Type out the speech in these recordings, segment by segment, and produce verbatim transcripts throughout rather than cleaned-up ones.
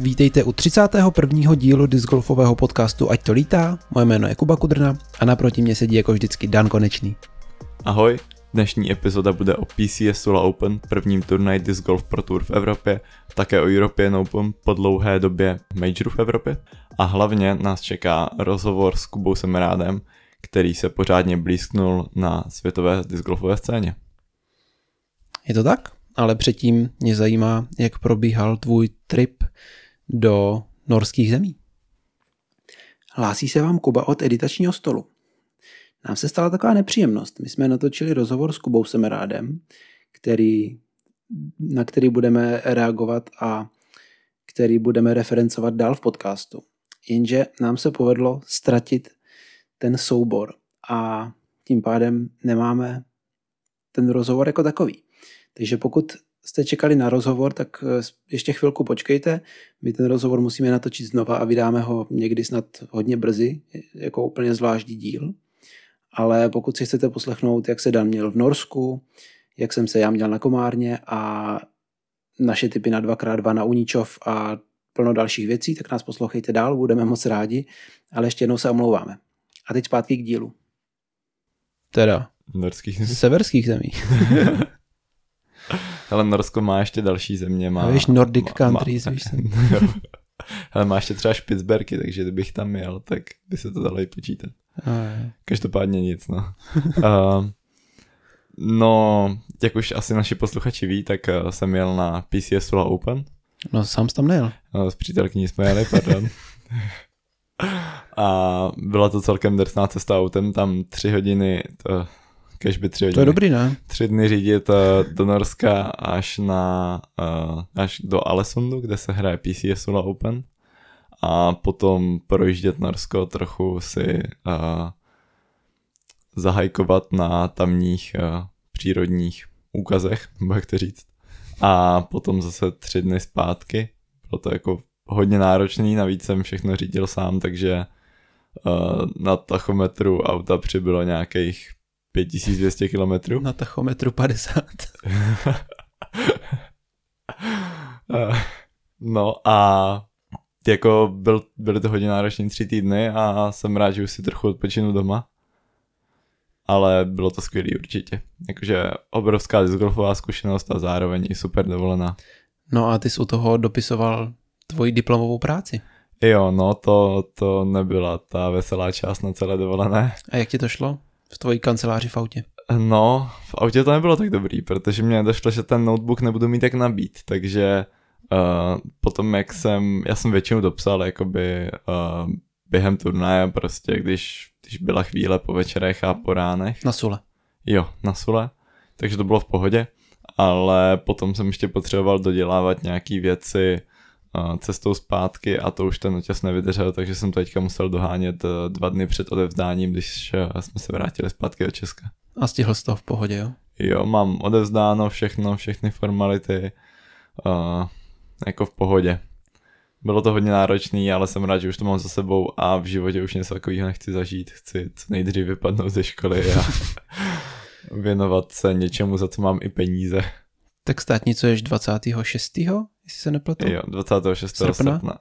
Vítejte u třicátého prvního dílu discgolfového podcastu Ať to lítá. Moje jméno je Kuba Kudrna a naproti mě sedí jako vždycky Dan Konečný. Ahoj, dnešní epizoda bude o P C S Sula Open, prvním turnaj Disc Golf Pro Tour v Evropě, také o European Open po dlouhé době majoru v Evropě a hlavně nás čeká rozhovor s Kubou Semerádem, který se pořádně blízknul na světové discgolfové scéně. Je to tak? Ale předtím mě zajímá, jak probíhal tvůj trip do norských zemí. Hlásí se vám Kuba od editačního stolu. Nám se stala taková nepříjemnost. My jsme natočili rozhovor s Kubou Semerádem, který, na který budeme reagovat a který budeme referencovat dál v podcastu. Jenže nám se povedlo ztratit ten soubor a tím pádem nemáme ten rozhovor jako takový. Takže pokud jste čekali na rozhovor, tak ještě chvilku počkejte. My ten rozhovor musíme natočit znova a vydáme ho někdy snad hodně brzy, jako úplně zvláštní díl. Ale pokud si chcete poslechnout, jak se Dan měl v Norsku, jak jsem se já měl na Komárně a naše tipy na dva krát dva na Uničov a plno dalších věcí, tak nás poslouchejte dál, budeme moc rádi, ale ještě jednou se omlouváme. A teď zpátky k dílu. Teda. Norských zemí. Severských zemí. Ale Norsko má ještě další země. Má, a víš, Nordic má, countries, má, víš se. Ale má ještě třeba Špicberky, takže kdybych tam jel, tak by se to dalo i počítat. Každopádně nic, no. uh, no, jak už asi naši posluchači ví, tak uh, jsem jel na P C S Sula Open. No, sám jsi tam nejel. No, s přítelkyní jsme jeli, pardon. A byla to celkem drsná cesta autem, tam tři hodiny, to, kežby tři hodiny. To je dobrý, ne? Tři dny řídit uh, do Norska až na, uh, až do Alesundu, kde se hraje P C S Sula Open. A potom projíždět Norsko, trochu si uh, zahajkovat na tamních uh, přírodních úkazech, jak to říct. A potom zase tři dny zpátky. Bylo to jako hodně náročný, navíc jsem všechno řídil sám, takže uh, na tachometru auta přibylo nějakých pět tisíc dvě stě kilometrů. Na tachometru padesát. uh, no a jako byl, byly to hodně náročné tři týdny a jsem rád, že už si trochu odpočinu doma. Ale bylo to skvělý určitě. Jakože obrovská discgolfová zkušenost a zároveň i super dovolená. No a ty jsi u toho dopisoval tvoji diplomovou práci. Jo, no to, to nebyla ta veselá část na celé dovolené. A jak ti to šlo v tvojí kanceláři v autě? No, v autě to nebylo tak dobrý, protože mě došlo, že ten notebook nebudu mít jak nabít, takže Uh, potom jak jsem, já jsem většinou dopsal jakoby uh, během turnaje prostě, když, když byla chvíle po večerech a po ránech. Na Sule. Jo, na Sule, takže to bylo v pohodě, ale potom jsem ještě potřeboval dodělávat nějaký věci uh, cestou zpátky a to už ten noťaz nevydržel, takže jsem to teďka musel dohánět uh, dva dny před odevzdáním, když uh, jsme se vrátili zpátky do Česka. A stihl jsi to v pohodě, jo? Jo, mám odevzdáno všechno, všechny formality, uh, jako v pohodě. Bylo to hodně náročný, ale jsem rád, že už to mám za sebou a v životě už něco takového nechci zažít. Chci co nejdřív vypadnout ze školy a věnovat se něčemu, za co mám i peníze. Tak státnicuješ dvacátého šestého jestli se nepletu? Jo, dvacátého šestého srpna. srpna.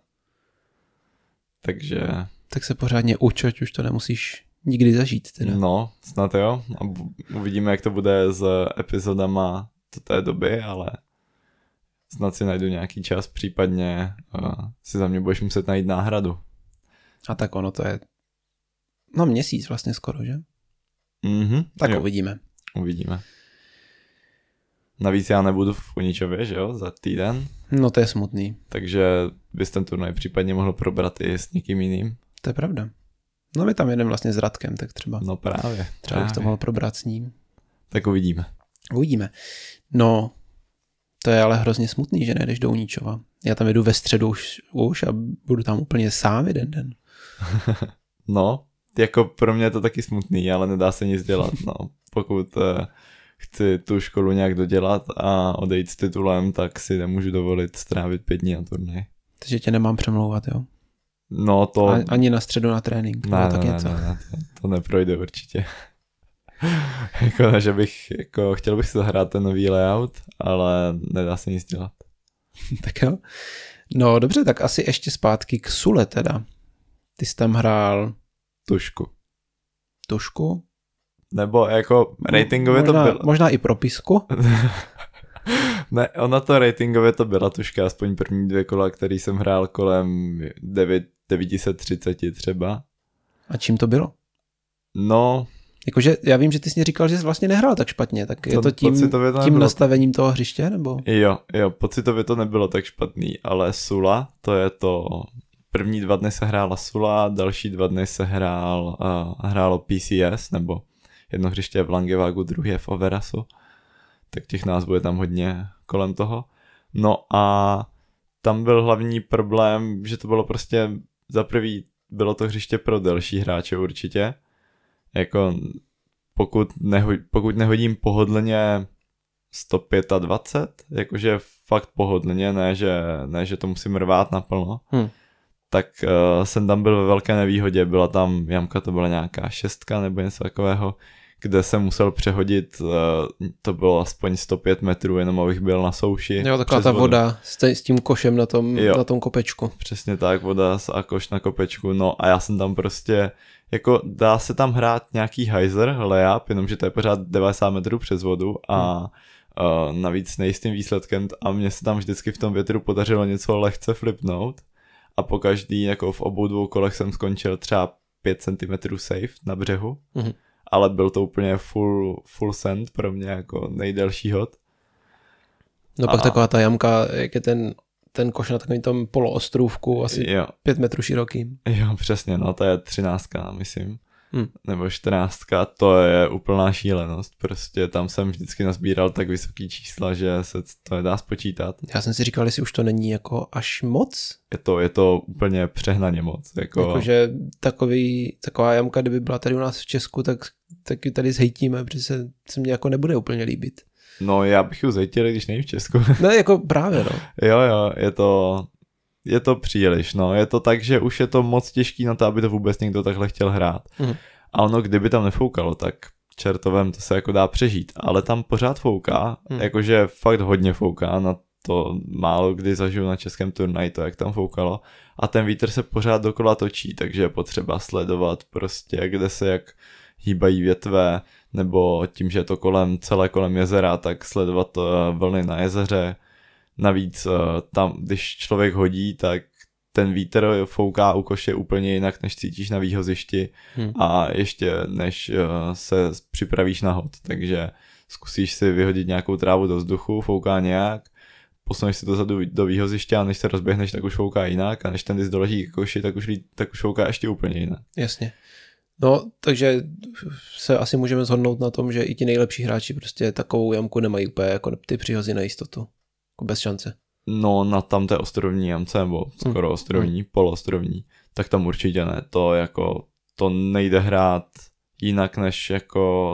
Takže... Tak se pořádně uč, ať už to nemusíš nikdy zažít. Teda. No, snad jo. A uvidíme, jak to bude s epizodama do té doby, ale... Snad si najdu nějaký čas, případně uh, si za mě budeš muset najít náhradu. A tak ono to je, no měsíc vlastně skoro, že? Mhm. Tak jo. uvidíme. Uvidíme. Navíc já nebudu v Uničově, že jo, za týden. No to je smutný. Takže bys ten turnaj případně mohl probrat i s někým jiným. To je pravda. No my tam jedeme vlastně s Radkem, tak třeba. No právě. Třeba bych to mohl probrat s ním. Tak uvidíme. Uvidíme. No... To je ale hrozně smutný, že nejdeš do Uničova. Já tam jedu ve středu už, už a budu tam úplně sám jeden den. No, jako pro mě je to taky smutný, ale nedá se nic dělat. No. Pokud uh, chci tu školu nějak dodělat a odejít s titulem, tak si nemůžu dovolit strávit pět dní na turnaji. Takže tě nemám přemlouvat, jo? No to... A, ani na středu na trénink. Ne, tak ne, něco. ne, ne, to, to neprojde určitě. Jako ne, že bych, jako chtěl bych si zahrát ten nový layout, ale nedá se nic dělat. Tak jo. No dobře, tak asi ještě zpátky k Sule teda. Ty jsi tam hrál Tušku. Tušku? Nebo jako ratingově možná, to bylo. Možná i propisku? Ne, ona to ratingově to byla tuška, aspoň první dvě kola, který jsem hrál kolem devět set třicet třeba. A čím to bylo? No... Jakože já vím, že ty jsi mi říkal, že jsi vlastně nehrál tak špatně, tak je to, to tím, to tím nastavením toho hřiště, nebo? Jo, jo, pocitově to nebylo tak špatný, ale Sula, to je to... První dva dny se hrála Sula, další dva dny se hrál, uh, hrálo P C S, nebo jedno hřiště je v Langevágu, druhé je v Overasu. Tak těch názvů je tam hodně kolem toho. No a tam byl hlavní problém, že to bylo prostě za prvý bylo to hřiště pro delší hráče určitě. Jako pokud, neho, pokud nehodím pohodlně sto dvacet pět, jakože fakt pohodlně, ne že, ne, že to musím rvát naplno, hmm. tak uh, jsem tam byl ve velké nevýhodě, byla tam jamka, to byla nějaká šestka nebo něco takového, kde jsem musel přehodit, uh, to bylo aspoň sto pět metrů, jenom abych byl na souši. Jo, taková ta vodu. Voda s, s tím košem na tom, na tom kopečku. Přesně tak, voda a koš na kopečku, no a já jsem tam prostě, jako dá se tam hrát nějaký hyzer, layup, jenomže to je pořád devadesát metrů přes vodu a hmm. uh, navíc nejistým výsledkem a mně se tam vždycky v tom větru podařilo něco lehce flipnout a po každý, jako v obou dvou kolech jsem skončil třeba pět centimetrů safe na břehu. Hmm. Ale byl to úplně full, full send pro mě, jako nejdelší hod. No pak a... taková ta jamka, jak je ten, ten koš na takovém tom poloostrůvku, asi jo. pět metrů široký. Jo, přesně, no to je třináctka, myslím. Hmm. Nebo čtrnáctka, to je úplná šílenost. Prostě tam jsem vždycky nazbíral tak vysoký čísla, že se to nedá spočítat. Já jsem si říkal, jestli už to není jako až moc. Je to, je to úplně přehnaně moc. Jako... Jakože takový, taková jamka, kdyby byla tady u nás v Česku, tak, tak ji tady zhejtíme, protože se, se mně jako nebude úplně líbit. No já bych ji zhejtil, když není v Česku. No jako právě, no. jo, jo, je to... Je to příliš, no. Je to tak, že už je to moc těžký na to, aby to vůbec někdo takhle chtěl hrát. Mm. A ono, kdyby tam nefoukalo, tak čertovem to se jako dá přežít. Ale tam pořád fouká, mm. jakože fakt hodně fouká, na to málo kdy zažiju na českém turnaji to, jak tam foukalo. A ten vítr se pořád dokola točí, takže je potřeba sledovat prostě, kde se jak hýbají větve, nebo tím, že je to kolem, celé kolem jezera, tak sledovat vlny na jezeře. Navíc tam, když člověk hodí, tak ten vítr fouká u koše úplně jinak, než cítíš na výhozišti hmm. a ještě než se připravíš na hod. Takže zkusíš si vyhodit nějakou trávu do vzduchu, fouká nějak, posuneš si to zadu do výhoziště a než se rozběhneš, tak už fouká jinak a než ten disc doleží k koši, tak už, tak už fouká ještě úplně jinak. Jasně. No, takže se asi můžeme shodnout na tom, že i ti nejlepší hráči prostě takovou jamku nemají úplně jako ty přihozy na jistotu. Bez šance. No na tam té ostrovní jamce, nebo skoro hmm. ostrovní, hmm. poloostrovní, tak tam určitě ne. To jako, to nejde hrát jinak, než jako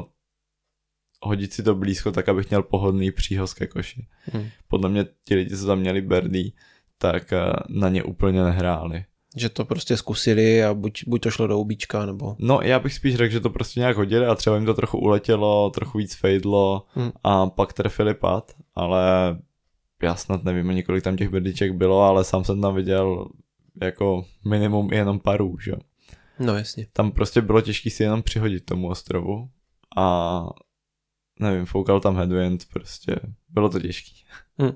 hodit si to blízko, tak abych měl pohodlný příhoz ke koši. Hmm. Podle mě ti lidi, co tam měli birdie, tak na ně úplně nehráli. Že to prostě zkusili a buď, buď to šlo do ubíčka, nebo... No já bych spíš řekl, že to prostě nějak hodili a třeba jim to trochu uletělo, trochu víc fejdlo hmm. a pak trefili pad, ale... Já snad nevím ani kolik tam těch birdiček bylo, ale sám jsem tam viděl jako minimum jenom parů, že? No jasně. Tam prostě bylo těžké si jenom přihodit tomu ostrovu a nevím, foukal tam headwind, prostě bylo to těžký. Hmm.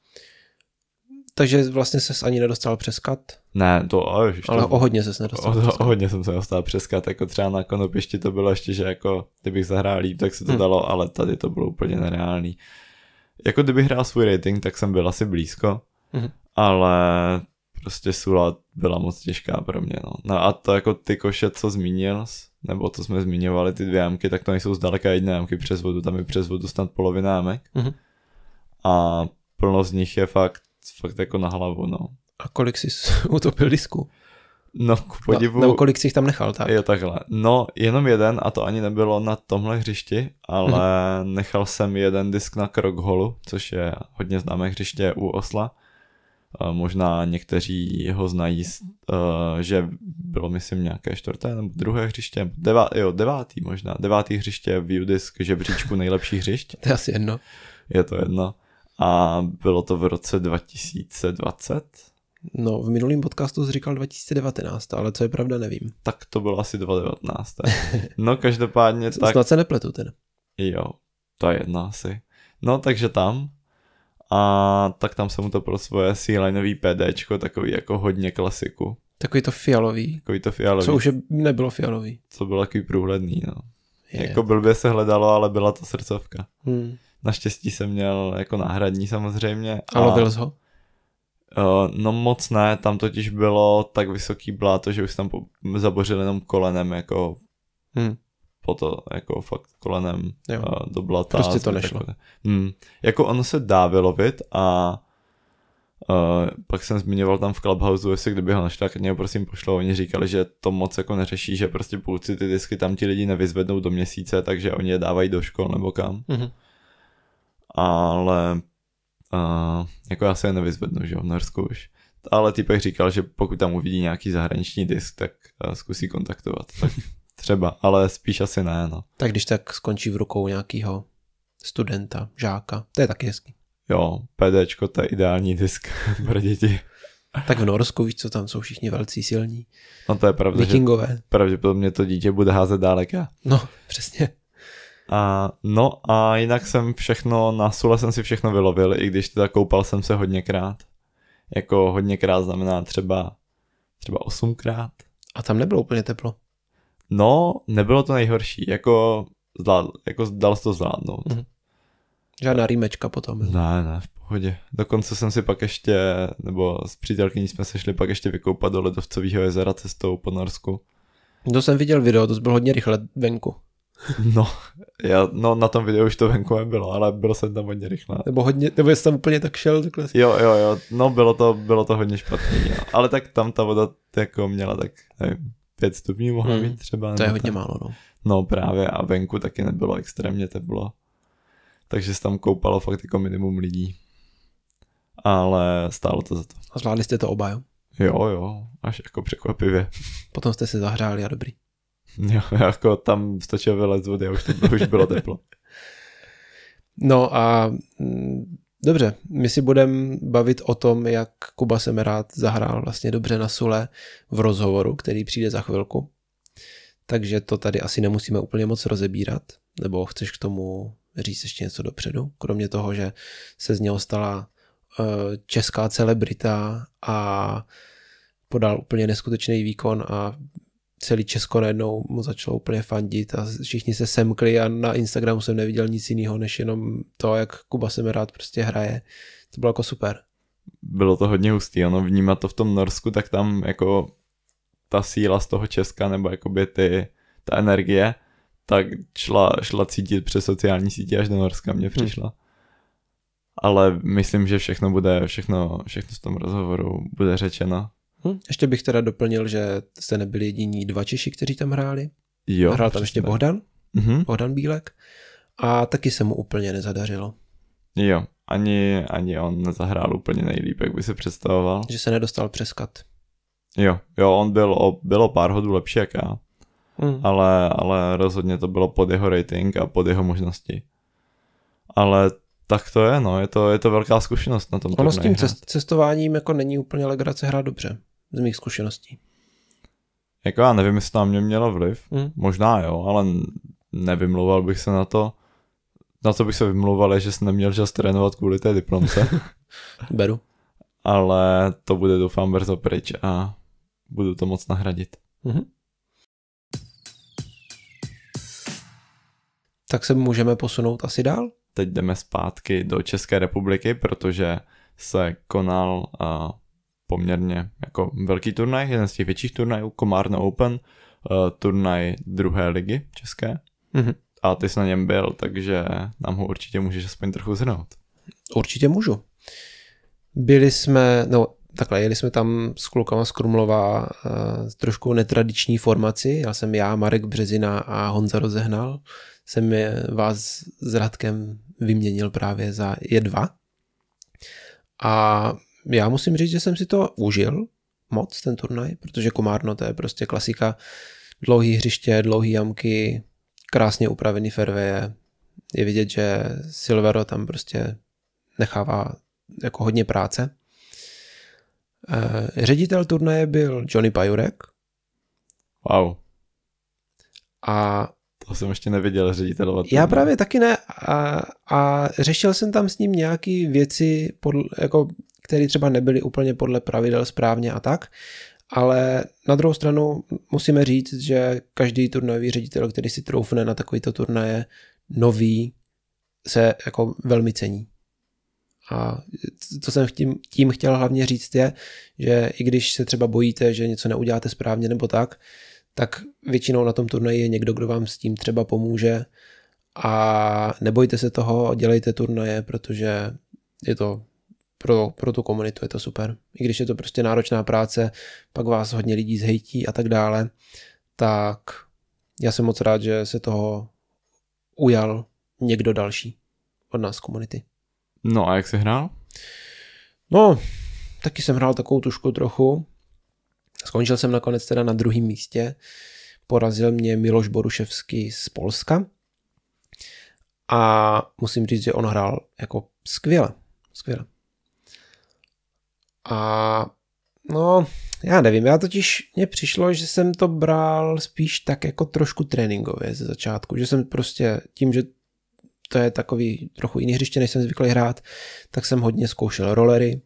Takže vlastně ses ani nedostal přes kat? Ne, to... O, ježiš, ale to, o hodně ses nedostal o, o hodně jsem se dostal přes kat, jako třeba na konopišti to bylo ještě, že jako kdybych zahrál líp, tak se to hmm. dalo, ale tady to bylo úplně nereálný. Jako kdybych hrál svůj rating, tak jsem byl asi blízko, mm-hmm. ale prostě Sula byla moc těžká pro mě, no. No a to jako ty koše, co zmínil, nebo co jsme zmiňovali, ty dvě jamky, tak to nejsou zdaleka jedné jamky přes vodu, tam je přes vodu snad polovina jamek. Mm-hmm. A plno z nich je fakt, fakt jako na hlavu, no. A kolik jsi utopil disku? No, k podivu... No, nebo kolik jsi jich tam nechal, tak? Jo, takhle. No, jenom jeden, a to ani nebylo na tomhle hřišti, ale mm-hmm. nechal jsem jeden disk na Krogholu, což je hodně známé hřiště u Osla. Uh, možná někteří ho znají, uh, že bylo, myslím, nějaké čtvrté nebo druhé hřiště, devá, jo, devátý možná, devátý hřiště v U-disk žebříčku nejlepších hřišť. To je asi jedno. Je to jedno. A bylo to v roce dva tisíce dvacet, No, v minulém podcastu jsi říkal dva tisíce devatenáct, ale co je pravda, nevím. Tak to bylo asi dva tisíce devatenáct. No každopádně tak... Snad se nepletu teda. Jo, to je jedno asi. No takže tam. A tak tam jsem utopil svoje C-lineový PDčko, takový jako hodně klasiku. Takový to fialový. Takový to fialový. Co už je, nebylo fialový. Co bylo takový průhledný, no. Je. Jako blbě se hledalo, ale byla to srdcovka. Hmm. Naštěstí jsem měl jako náhradní samozřejmě. A lovil jsi ho? Uh, no moc ne, tam totiž bylo tak vysoký bláto, že už tam po- zabořil jenom kolenem, jako Hmm. po to, jako fakt kolenem Jo. uh, do blata. Prostě to nešlo. Hmm. Jako ono se dá vylovit a uh, pak jsem zmiňoval tam v Clubhouse, jestli kdyby ho našli, tak mě ho prosím pošlo. Oni říkali, že to moc jako neřeší, že prostě pokud si ty disky tam ti lidi nevyzvednou do měsíce, takže oni je dávají do škol nebo kam. Mhm. Ale uh, jako já se je nevyzvednu, že jo, v Norsku už. Ale týpek říkal, že pokud tam uvidí nějaký zahraniční disk, tak uh, zkusí kontaktovat. Tak třeba, ale spíš asi ne, no. Tak když tak skončí v rukou nějakého studenta, žáka, to je taky hezký. Jo, PDčko, to je ideální disk pro děti. Tak v Norsku, víš co, tam jsou všichni velcí, silní, No to je pravda, vikingové. že pravděpodobně to dítě bude házet dáleka. No, přesně. A, no a jinak jsem všechno, na sule jsem si všechno vylovil, i když teda koupal jsem se hodněkrát. Jako hodněkrát znamená třeba, třeba osmkrát. A tam nebylo úplně teplo. No, nebylo to nejhorší, jako, zvlád, jako dal se to zvládnout. Mhm. Žádná rýmečka potom. Ne, ne, v pohodě. Dokonce jsem si pak ještě, nebo s přítelkyní jsme se šli pak ještě vykoupat do Ledovcového jezera cestou po Norsku. To jsem viděl video, to bylo hodně rychle venku. No, já, no na tom videu už to venku nebylo, ale byl jsem tam hodně rychle. Nebo hodně, nebo jsi tam úplně tak šel takhle. Jo, jo, jo, no bylo to, bylo to hodně špatný, jo. Ale tak tam ta voda jako měla tak, nevím, pět stupňů mohla Hmm. být třeba. To je nebo hodně tak. málo, no. No právě a venku taky nebylo extrémně teplo. Takže se tam koupalo fakt jako minimum lidí. Ale stálo to za to. A zvládli jste to oba, jo? Jo, jo, až jako překvapivě. Potom jste se zahřáli a dobrý. Jo, jako tam stačilo vylez z vody a už, to, už bylo teplo. No a mm, dobře, my si budeme bavit o tom, jak Kuba Semerád zahrál vlastně dobře na sule v rozhovoru, který přijde za chvilku. Takže to tady asi nemusíme úplně moc rozebírat, nebo chceš k tomu říct ještě něco dopředu, kromě toho, že se z něho stala uh, česká celebrita a podal úplně neskutečný výkon a celý Česko najednou mu začalo úplně fandit a všichni se semkli a na Instagramu jsem neviděl nic jiného, než jenom to, jak Kuba Semerád prostě hraje. To bylo jako super. Bylo to hodně hustý, ono vnímat to v tom Norsku, tak tam jako ta síla z toho Česka, nebo jakoby ty, ta energie, tak šla, šla cítit přes sociální sítě až do Norska, mně přišla. Hmm. Ale myslím, že všechno bude, všechno, všechno v tom rozhovoru bude řečeno. Hm? Ještě bych teda doplnil, že jste nebyli jediní dva Češi, kteří tam hráli. Jo, Hrál tam ještě tak. Bohdan, Mhm. Bohdan Bílek a taky se mu úplně nezadařilo. Jo, ani, ani on nezahrál úplně nejlíp, jak by si představoval. Že se nedostal přes kat. Jo, jo, on byl o, bylo pár hodů lepší jak já, Hm. ale, ale rozhodně to bylo pod jeho rating a pod jeho možnosti. Ale tak to je, no, je to, je to velká zkušenost na tom Ono s tím turnaji hrát. cest, cestováním jako není úplně legrace hrát dobře, z mých zkušeností. Jako já nevím, jestli to na mě mělo vliv, Hm. možná jo, ale nevymlouval bych se na to. Na co bych se vymlouval je, že jsem neměl čas trénovat kvůli té diplomce, Beru. ale to bude doufám brzo pryč a budu to moc nahradit. Mhm. Tak se můžeme posunout asi dál? Teď jdeme zpátky do České republiky, protože se konal uh, poměrně jako velký turnaj, jeden z těch větších turnajů, Komárno Open, uh, turnaj druhé ligy české. Mhm. A ty jsi na něm byl, takže nám ho určitě můžeš aspoň trochu zhrnout. Určitě můžu. Byli jsme, no takhle, jeli jsme tam s klukama z Krumlova uh, trošku netradiční formaci. Já jsem já, Marek Březina a Honza Rozehnal. Jsem je, vás s Radkem vyměnil právě za je dva. A já musím říct, že jsem si to užil moc, ten turnaj, protože Komárno to je prostě klasika. Dlouhý hřiště, dlouhý jamky, krásně upravený fairwaye. Je vidět, že Silvero tam prostě nechává jako hodně práce. Ředitel turnaje byl Johnny Pajurek. Wow. A to jsem ještě neviděl, ředitelovat. Já právě taky ne. A, a řešil jsem tam s ním nějaké věci, podle, jako, které třeba nebyly úplně podle pravidel správně a tak. Ale na druhou stranu musíme říct, že každý turnajový ředitel, který si troufne na takovýto turnaje nový, se jako velmi cení. A co jsem tím, tím chtěl hlavně říct je, že i když se třeba bojíte, že něco neuděláte správně nebo tak, tak většinou na tom turnaji je někdo, kdo vám s tím třeba pomůže a nebojte se toho, dělejte turnaje, protože je to pro, pro tu komunitu je to super. I když je to prostě náročná práce, pak vás hodně lidí zhejtí a tak dále, tak já jsem moc rád, že se toho ujal někdo další od nás z komunity. No a jak jsi hrál? No, taky jsem hrál takovou tušku trochu. Skončil jsem nakonec teda na druhém místě. Porazil mě Miloš Boruševský z Polska. A musím říct, že on hrál jako skvěle. Skvěle. A no, já nevím, já totiž mně přišlo, že jsem to bral spíš tak jako trošku tréninkově ze začátku, že jsem prostě tím, že to je takový trochu jiný hřiště, než jsem zvyklý hrát, tak jsem hodně zkoušel rollery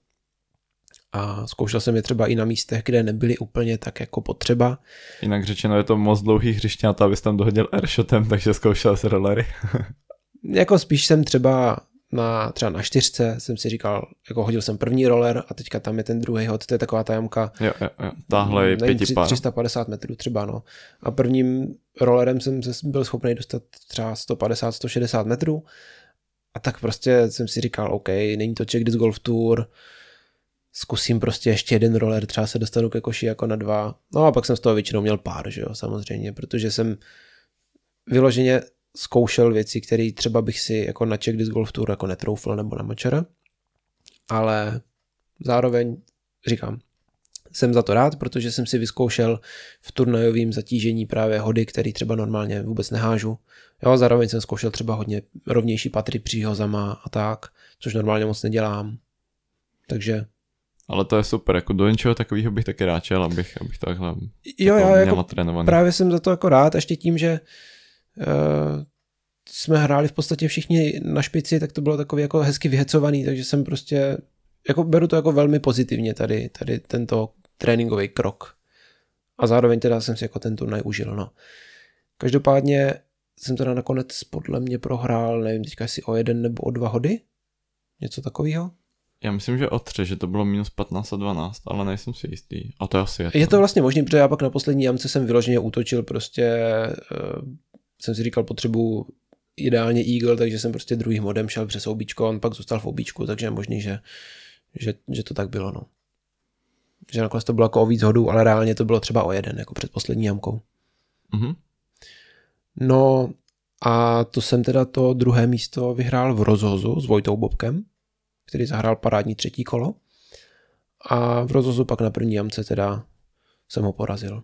a zkoušel jsem je třeba i na místech, kde nebyly úplně tak jako potřeba. Jinak řečeno, je to moc dlouhý hřiště na to, abys tam dohodil airshotem, takže zkoušel se rollery. Jako spíš jsem třeba na, třeba na čtyřce jsem si říkal, jako hodil jsem první roller a teďka tam je ten druhý hod, to je taková ta jamka. Jo, jo, jo. Tahle je pětipár. tři sta padesát metrů třeba, no. A prvním rollerem jsem se byl schopný dostat třeba sto padesát až sto šedesát metrů a tak prostě jsem si říkal, OK, není to Czech Disc Golf Tour, zkusím prostě ještě jeden roller, třeba se dostanu ke koši jako na dva. No a pak jsem z toho většinou měl pár, že jo, samozřejmě, protože jsem vyloženě zkoušel věci, které třeba bych si jako na Czech Disc Golf Tour jako netroufl nebo na Mačera, ale zároveň říkám, jsem za to rád, protože jsem si vyzkoušel v turnajovém zatížení právě hody, které třeba normálně vůbec nehážu. Jo, zároveň jsem zkoušel třeba hodně rovnější patry příhozama a tak, což normálně moc nedělám. Takže ale to je super, jako do něčeho takového bych taky rád šel, abych, abych takhle jo, já jako trénovaný. Právě jsem za to jako rád, ještě tím, že uh, jsme hráli v podstatě všichni na špici, tak to bylo takový jako hezky vyhecovaný, takže jsem prostě, jako beru to jako velmi pozitivně tady, tady tento tréninkový krok. A zároveň teda jsem si jako ten turnaj užil, no. Každopádně jsem teda nakonec podle mě prohrál, nevím teďka jestli o jeden nebo o dva hody, něco takového. Já myslím, že o tři, že to bylo minus patnáct a dvanáct, ale nejsem si jistý. A to asi je to. Je to vlastně možný, protože já pak na poslední jamce jsem vyloženě útočil, prostě uh, jsem si říkal potřebu ideálně eagle, takže jsem prostě druhým modem šel přes obíčko, on pak zůstal v obíčku, takže je možný, že, že, že to tak bylo, no. Že nakonec to bylo jako o víc hodů, ale reálně to bylo třeba o jeden, jako před poslední jamkou. Mhm. No a to jsem teda to druhé místo vyhrál v rozhozu s Vojtou Bobkem, který zahrál parádní třetí kolo. A v rozhozu pak na první jamce teda jsem ho porazil.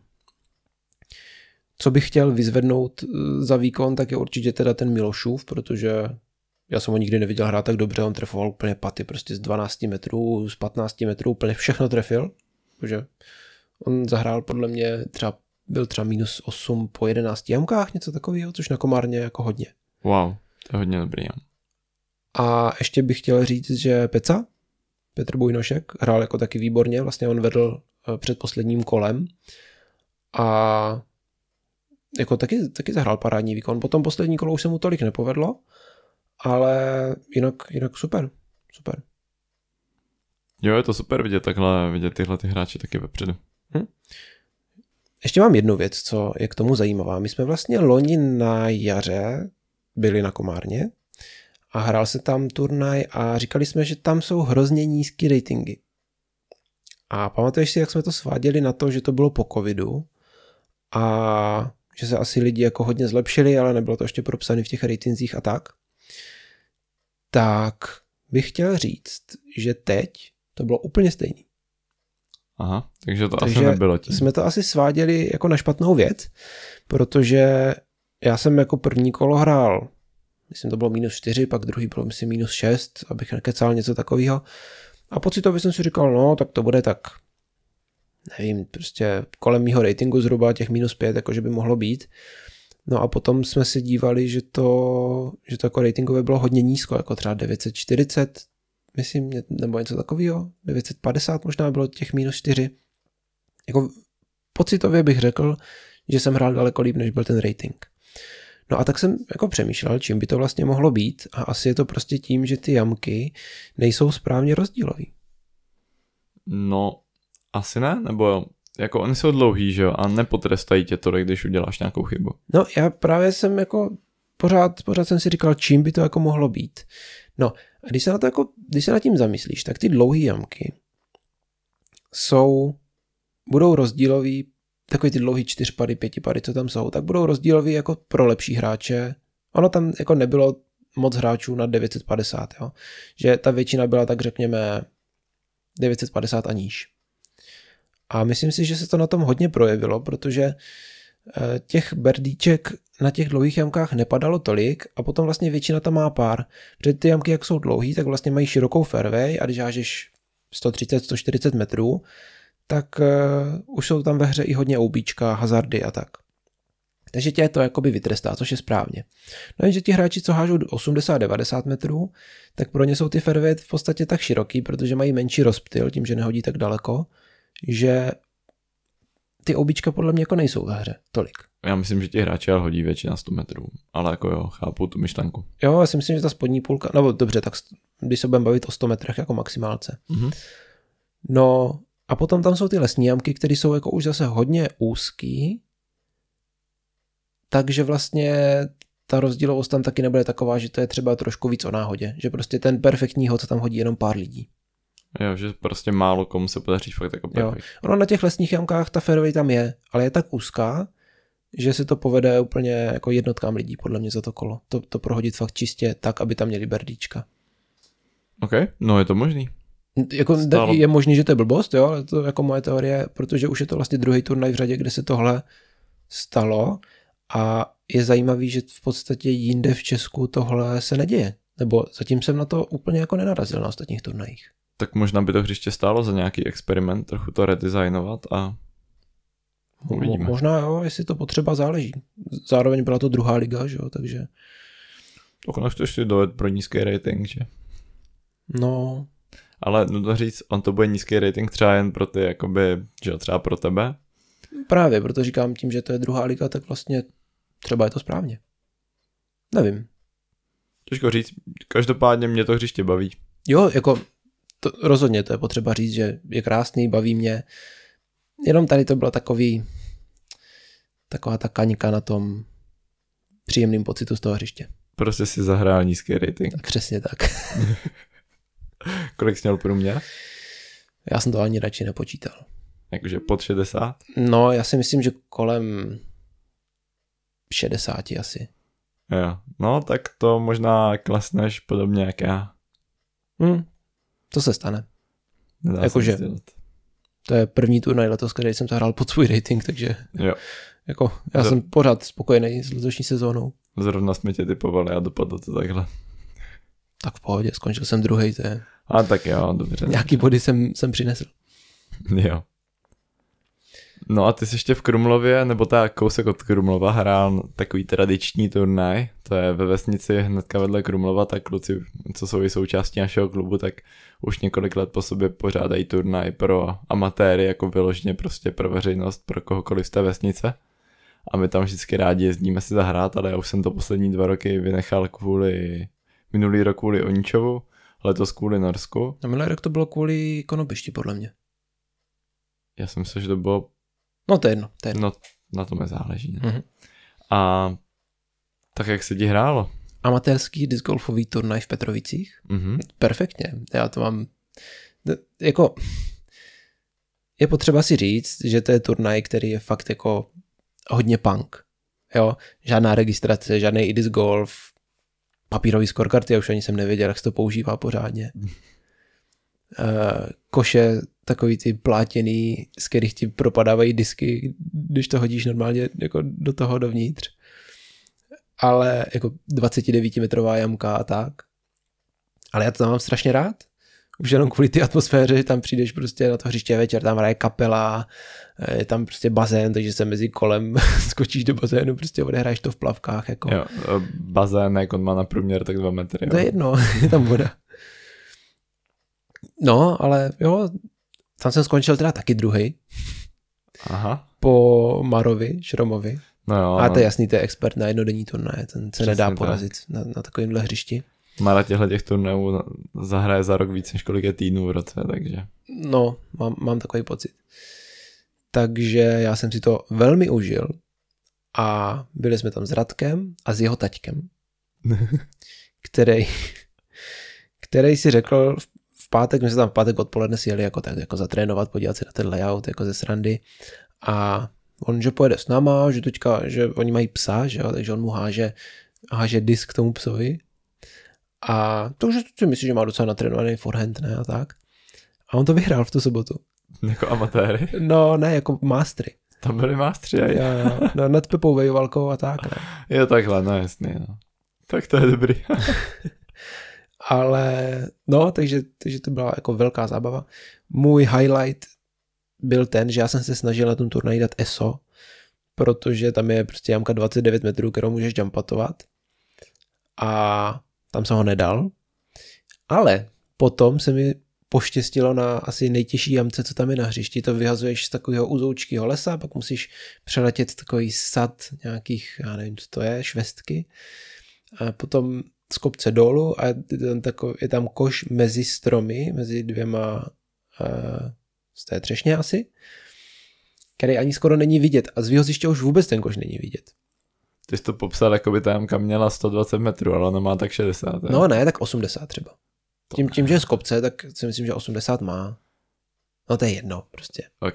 Co bych chtěl vyzvednout za výkon, tak je určitě teda ten Milošův, protože já jsem ho nikdy neviděl hrát tak dobře, on trefoval úplně paty, prostě z dvanácti metrů, z patnácti metrů, úplně všechno trefil. Takže on zahrál podle mě třeba, byl třeba minus osm po jedenácti jamkách, něco takového, což na Komárně jako hodně. Wow, to je hodně dobrý jam. A ještě bych chtěl říct, že Peca, Petr Bujnošek, hrál jako taky výborně, vlastně on vedl před posledním kolem a jako taky, taky zahrál parádní výkon. Potom poslední kolo už se mu tolik nepovedlo, ale jinak, jinak super, super. Jo, je to super vidět takhle, vidět tyhle ty hráče taky vepředu. Hm. Ještě mám jednu věc, co je k tomu zajímavá. My jsme vlastně loni na jaře byli na Komárně a hrál se tam turnaj a říkali jsme, že tam jsou hrozně nízký ratingy. A pamatuješ si, jak jsme to sváděli na to, že to bylo po covidu a že se asi lidi jako hodně zlepšili, ale nebylo to ještě propsané v těch ratingzích a tak. Tak bych chtěl říct, že teď to bylo úplně stejný. Aha, takže to takže asi nebylo tím. Jsme to asi sváděli jako na špatnou věc, protože já jsem jako první kolo hrál, myslím to bylo minus čtyři, pak druhý bylo myslím minus šest, abych nekecal něco takového. A pocitově jsem si říkal, no, tak to bude tak, nevím, prostě kolem mýho ratingu zhruba těch minus pět, jakože by mohlo být. No a potom jsme se dívali, že to, že to jako ratingové bylo hodně nízko, jako třeba devět set čtyřicet, myslím, nebo něco takového, devět set padesát možná bylo těch minus čtyři. Jako pocitově bych řekl, že jsem hrál daleko líp, než byl ten rating. No a tak jsem jako přemýšlel, čím by to vlastně mohlo být a asi je to prostě tím, že ty jamky nejsou správně rozdílový. No, asi ne, nebo jako oni jsou dlouhý, že jo, a nepotrestají tě tolik, když uděláš nějakou chybu. No já právě jsem jako pořád, pořád jsem si říkal, čím by to jako mohlo být. No a když se na to jako, když se nad tím zamyslíš, tak ty dlouhý jamky jsou, budou rozdílový, takový ty dlouhý čtyřpady, pětipady, co tam jsou, tak budou rozdílový jako pro lepší hráče. Ono tam jako nebylo moc hráčů na devět set padesát, jo. Že ta většina byla tak řekněme devět set padesát a níž. A myslím si, že se to na tom hodně projevilo, protože těch berdíček na těch dlouhých jamkách nepadalo tolik a potom vlastně většina tam má pár. Protože ty jamky, jak jsou dlouhý, tak vlastně mají širokou fairway a když hážeš sto třicet sto čtyřicet metrů, tak uh, už jsou tam ve hře i hodně oubíčka, hazardy a tak. Takže tě to jakoby vytrestá, což je správně. No jenže ti hráči, co hážou osmdesát devadesát metrů, tak pro ně jsou ty fairway v podstatě tak široký, protože mají menší rozptyl, tím, že nehodí tak daleko, že ty oubíčka podle mě jako nejsou ve hře tolik. Já myslím, že ti hráči hodí většina sto metrů, ale jako jo, chápu tu myšlenku. Jo, já si myslím, že ta spodní půlka, no dobře, tak když se budeme bavit o sto metrech jako maximálce. Mm-hmm. No a potom tam jsou ty lesní jamky, které jsou jako už zase hodně úzký, takže vlastně ta rozdílovost tam taky nebude taková, že to je třeba trošku víc o náhodě, že prostě ten perfektní hod, co tam hodí jenom pár lidí. Jo, že prostě málo komu se podaří fakt jako perfekt. Ono na těch lesních jamkách ta fairway tam je, ale je tak úzká, že se to povede úplně jako jednotkám lidí podle mě za to kolo. To, to prohodit fakt čistě tak, aby tam měli berdíčka. OK, no je to možný. Jako Stalo. Je možný, že to je blbost, jo, ale to jako moje teorie, protože už je to vlastně druhý turnaj v řadě, kde se tohle stalo a je zajímavý, že v podstatě jinde v Česku tohle se neděje. Nebo zatím jsem na to úplně jako nenarazil na ostatních turnajích. Tak možná by to hřiště stálo za nějaký experiment, trochu to redesignovat a uvidíme. Mo- možná jo, jestli to potřeba záleží. Zároveň byla to druhá liga, že jo, takže... Tak nechceš si dojet pro nízký rating, že? No... Ale nutno říct, on to bude nízký rating třeba jen pro ty, jakoby, že třeba pro tebe? Právě, proto říkám tím, že to je druhá liga, tak vlastně třeba je to správně. Nevím. Těžko říct, každopádně mě to hřiště baví. Jo, jako to, rozhodně to je potřeba říct, že je krásný, baví mě. Jenom tady to bylo takový, taková ta kaňka na tom příjemným pocitu z toho hřiště. Prostě si zahrál nízký rating. Přesně tak. Kolik jsi měl průměr? Já jsem to ani radši nepočítal. Jakože pod šedesát? No, já si myslím, že kolem šedesát asi. Jo, no tak to možná klesneš podobně jak já. Hmm, to se stane. Jakože to je první turnaj letos, který jsem zahrál pod svůj rating, takže jo. Jako, já Zr- jsem pořád spokojený s letošní sezónou. Zrovna jsme tě typovali a dopadlo to takhle. Tak v pohodě, skončil jsem druhej, to je... A tak jo, dobře. Nějaký body jsem, jsem přinesl. Jo. No a ty jsi ještě v Krumlově, nebo tak kousek od Krumlova hrál takový tradiční turnaj, to je ve vesnici hnedka vedle Krumlova, tak kluci, co jsou i součástí našeho klubu, tak už několik let po sobě pořádají turnaj pro amatéry, jako vyloženě prostě pro veřejnost, pro kohokoliv z té vesnice. A my tam vždycky rádi jezdíme si zahrát, ale já už jsem to poslední dva roky vynechal kvůli, minulý rok kvůli Oničovu, letos kvůli Norsku. A minulý rok to bylo kvůli Konopišti, podle mě. Já jsem myslel, že to bylo... No to je jedno, to je jedno. No, na tom záleží. Ne? Mm-hmm. A tak jak se ti hrálo? Amatérský discgolfový turnaj v Petrovicích? Mm-hmm. Perfektně. Já to mám... Jako... Je potřeba si říct, že to je turnaj, který je fakt jako hodně punk. Jo? Žádná registrace, žádný i disc golf, papírový scorecard, já už ani jsem nevěděl, jak se to používá pořádně. Mm. Uh, koše, takový ty plátěný, z kterých ti propadávají disky, když to hodíš normálně jako do toho dovnitř. Ale jako dvacetidevítimetrová jamka a tak. Ale já to tam mám strašně rád. Už jenom kvůli té atmosféře, že tam přijdeš prostě na to hřiště večer, tam hraje kapela, je tam prostě bazén, takže se mezi kolem skočíš do bazénu, prostě odehraješ to v plavkách. Jako. Jo, bazén, jak on má na průměr, tak dva metry. Jo. To je jedno, je tam voda. No, ale jo, tam jsem skončil teda taky druhý. Aha. Po Marovi, Šromovi. No jo, a to je no. jasný, to je expert na jednodenní turnaje, ten se Přesně nedá tak. porazit na, na takovémhle hřišti. Mara těchto těch turnajů zahraje za rok víc než kolik je týdnů v roce, takže. No, mám, mám takový pocit. Takže já jsem si to velmi užil a byli jsme tam s Radkem a s jeho taťkem, který, který si řekl v pátek, my jsme tam v pátek odpoledne si jeli jako tak jako zatrénovat, podívat se na ten layout jako ze srandy a on, že pojede s náma, že teďka, že oni mají psa, že jo, takže on mu háže, háže disk k tomu psovi a to, že si myslí, že má docela natrénovaný forehand, ne, a tak. A on to vyhrál v tu sobotu. Jako amatéry? No, ne, jako mástry. Tam byli mástři, aj. Jo, jo, no, nad Pepou Vejvalkou a tak, ne. Jo, takhle, no jasný, no. Tak to je dobrý. Ale, no, takže, takže to byla jako velká zábava. Můj highlight byl ten, že já jsem se snažil na tom turnaji dát E S O, protože tam je prostě jamka dvacet devět metrů, kterou můžeš jumpatovat. A tam jsem ho nedal. Ale potom se mi poštěstilo na asi nejtěžší jamce, co tam je na hřišti. To vyhazuješ z takového uzoučkého lesa, pak musíš přeletět takový sad nějakých, já nevím, co to je, švestky. A potom z kopce dolů a je tam, takový, je tam koš mezi stromy, mezi dvěma uh, z té třešně asi, který ani skoro není vidět. A z výhoziště už vůbec ten koš není vidět. Ty jsi to popsal, jako by ta jamka měla sto dvacet metrů, ale ona má tak šedesát. No ne, tak osmdesát třeba. Tím, tím, že je z kopce, tak si myslím, že osmdesát má. No to je jedno prostě. OK.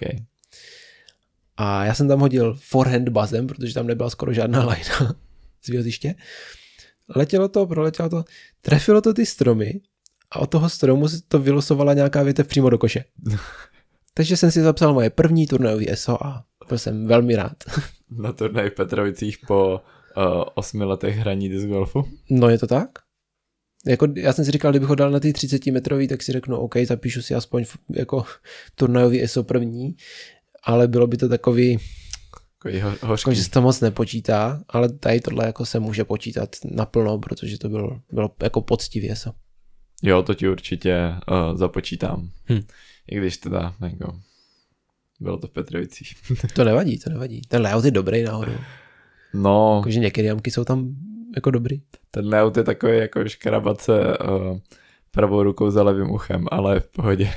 A já jsem tam hodil forehand bazem, protože tam nebyla skoro žádná lajna z výhoziště. Letělo to, proletělo to, trefilo to ty stromy a od toho stromu to vylosovala nějaká větev přímo do koše. Takže jsem si zapsal moje první turnajový E S O a byl jsem velmi rád. Na turnaji v Petrovicích po uh, osmi letech hraní disc golfu? No je to tak? Jako, já jsem si říkal, kdybych ho dal na ty třicetimetrový, tak si řeknu, OK, zapíšu si aspoň jako turnajový E S O první, ale bylo by to takový, ho, hořký. jako, že se to moc nepočítá, ale tady tohle jako se může počítat naplno, protože to bylo, bylo jako poctivý E S O. Jo, to ti určitě uh, započítám. Hm. I když teda, jako, bylo to v Petrovicích. To nevadí, to nevadí. Ten layout je dobrý náhodou. No. Jakože některé jamky jsou tam jako dobrý. Ten layout je takový jako škrabace uh, pravou rukou za levým uchem, ale v pohodě.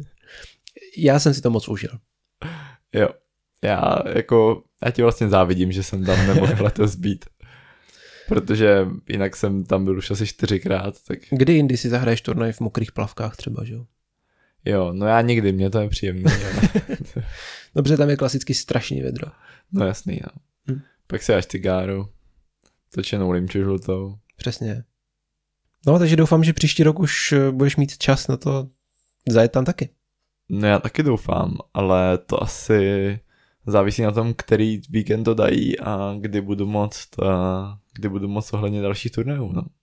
Já jsem si to moc užil. Jo. Já jako, já ti vlastně závidím, že jsem tam nemohl letos být. Protože jinak jsem tam byl už asi čtyřikrát. Tak... Kdy jindy si zahraješ turnaj v mokrých plavkách třeba, že jo? Jo, no já nikdy, mě to je příjemný. Ale... Dobře, tam je klasicky strašný vedro. No jasný, no. Hm. Pak si až cigáru, točenou limču žlutou. Přesně. No, takže doufám, že příští rok už budeš mít čas na to zajet tam taky. No já taky doufám, ale to asi závisí na tom, který víkend to dají a kdy budu moct, a kdy budu moct ohledně dalších turnajů, no.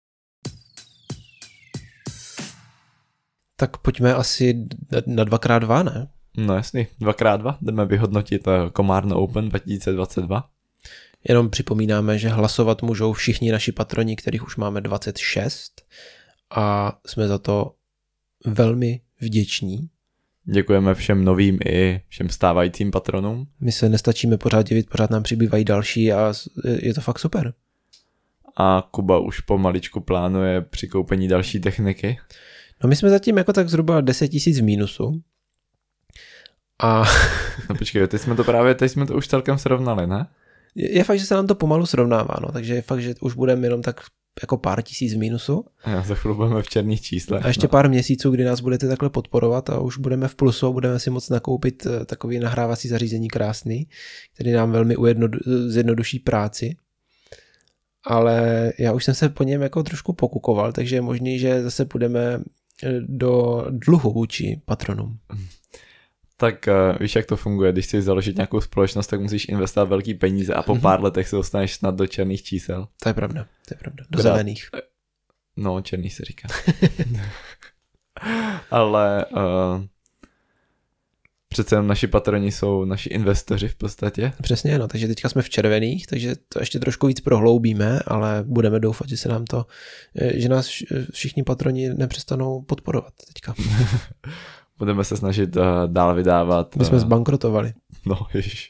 Tak pojďme asi na dva krát dva, ne? No jasný, dva krát dva, jdeme vyhodnotit Komárno Open dva tisíce dvacet dva. Jenom připomínáme, že hlasovat můžou všichni naši patroni, kterých už máme dvacet šest a jsme za to velmi vděční. Děkujeme všem novým i všem stávajícím patronům. My se nestačíme pořád divit, pořád nám přibývají další a je to fakt super. A Kuba už pomaličku plánuje přikoupení další techniky. No my jsme zatím jako tak zhruba deset tisíc v mínusu. A... No počkej, teď jsme to právě, teď jsme to už celkem srovnali, ne? Je, je fakt, že se nám to pomalu srovnává, no, takže je fakt, že už budeme jenom tak jako pár tisíc v mínusu. Já za chvíli budeme v černých číslech. A ještě no. pár měsíců, kdy nás budete takhle podporovat a už budeme v plusu a budeme si moct nakoupit takový nahrávací zařízení krásný, který nám velmi ujedno- zjednoduší práci. Ale já už jsem se po něm jako trošku pokukoval, takže je možný, že zase půjdeme do dluhu vůči patronům. Tak uh, víš, jak to funguje, když chceš založit nějakou společnost, tak musíš investovat velký peníze a po mm-hmm. pár letech se dostaneš snad do černých čísel. To je pravda, to je pravda. Do Kda... zelených. No, černý se říká. Ale uh, přece jenom naši patroni jsou naši investoři v podstatě. Přesně, no, takže teďka jsme v červených, takže to ještě trošku víc prohloubíme, ale budeme doufat, že se nám to, že nás všichni patroni nepřestanou podporovat teďka. Budeme se snažit uh, dál vydávat. My jsme uh, zbankrotovali. No, ježiš.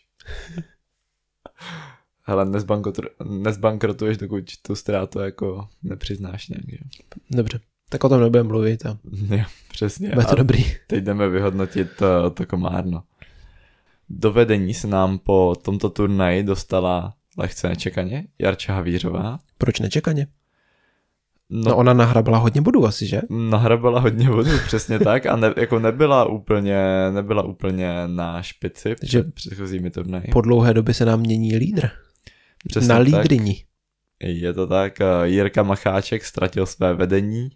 Hele, nezbankrotuješ, dokud tu ztrátu jako nepřiznáš nějak, že? Dobře, tak o tom nebudeme mluvit. A... Jo, přesně. Bude to dobrý. Teď jdeme vyhodnotit uh, to komárno. Do vedení se nám po tomto turnaji dostala lehce nečekaně Jarča Havířová. Proč nečekaně? No, no ona nahrabala hodně bodů asi, že? Nahrabala hodně bodů, přesně tak. A ne, jako nebyla úplně, nebyla úplně na špici před předchozími turnaji. Po dlouhé době se nám mění lídr. Přesně na lídrini. Je to tak. Jirka Macháček ztratil své vedení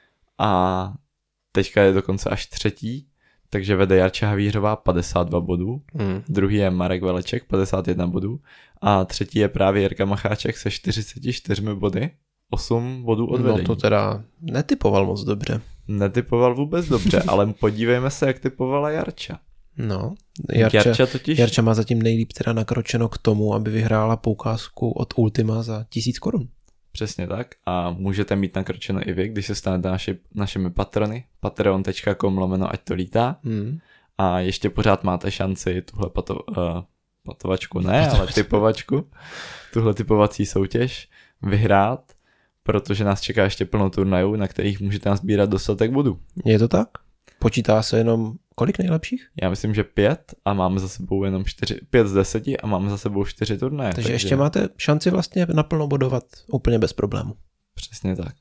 a teďka je dokonce až třetí, takže vede Jarča Havířová padesát dva bodů, hmm. druhý je Marek Veleček padesát jedna bodů a třetí je právě Jirka Macháček se čtyřiceti čtyřmi body, osm bodů od vedení. No to teda netypoval moc dobře. Netypoval vůbec dobře, ale podívejme se, jak typovala Jarča. No, Jarča, Jarča, totiž... Jarča má zatím nejlíp teda nakročeno k tomu, aby vyhrála poukázku od Ultima za tisíc korun. Přesně tak a můžete mít nakročeno i vy, když se stanete naši, našimi patrony, patreon tečka com lomeno ať to lítá hmm. a ještě pořád máte šanci tuhle pato, uh, patovačku, ne, patovačku. ale typovačku, tuhle typovací soutěž vyhrát, protože nás čeká ještě plno turnajů, na kterých můžete nasbírat dostatek bodů. Je to tak? Počítá se jenom kolik nejlepších? Já myslím, že pět a máme za sebou jenom čtyři, pět z deseti a máme za sebou čtyři turnaje. Takže, takže ještě máte šanci vlastně naplno bodovat úplně bez problému. Přesně tak.